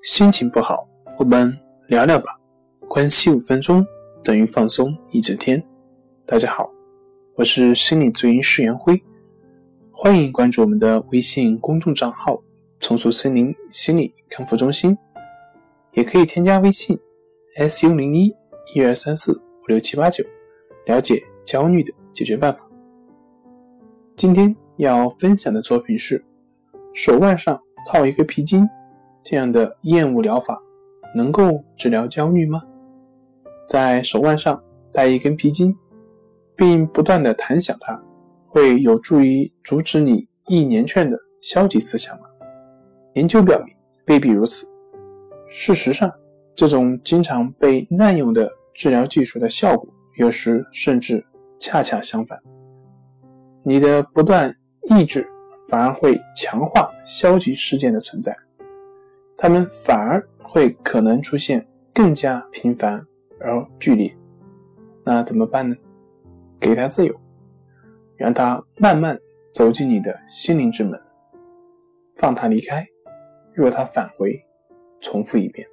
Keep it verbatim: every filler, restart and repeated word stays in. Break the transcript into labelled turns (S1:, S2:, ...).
S1: 心情不好，我们聊聊吧，关系五分钟等于放松一整天。大家好，我是心理咨询师杨辉，欢迎关注我们的微信公众账号重塑森林心理康复中心，也可以添加微信 S U 零一 一二三四五六七八九 了解焦虑的解决办法。今天要分享的作品是手腕上套一个皮筋，这样的厌恶疗法能够治疗焦虑吗？在手腕上带一根皮筋，并不断地弹响它，会有助于阻止你意连串的消极思想吗？研究表明未必如此。事实上，这种经常被滥用的治疗技术的效果有时甚至恰恰相反。你的不断抑制反而会强化消极事件的存在，它们反而会可能出现更加频繁而剧烈。那怎么办呢？给它自由，让它慢慢走进你的心灵之门，放它离开，若它返回，重复一遍。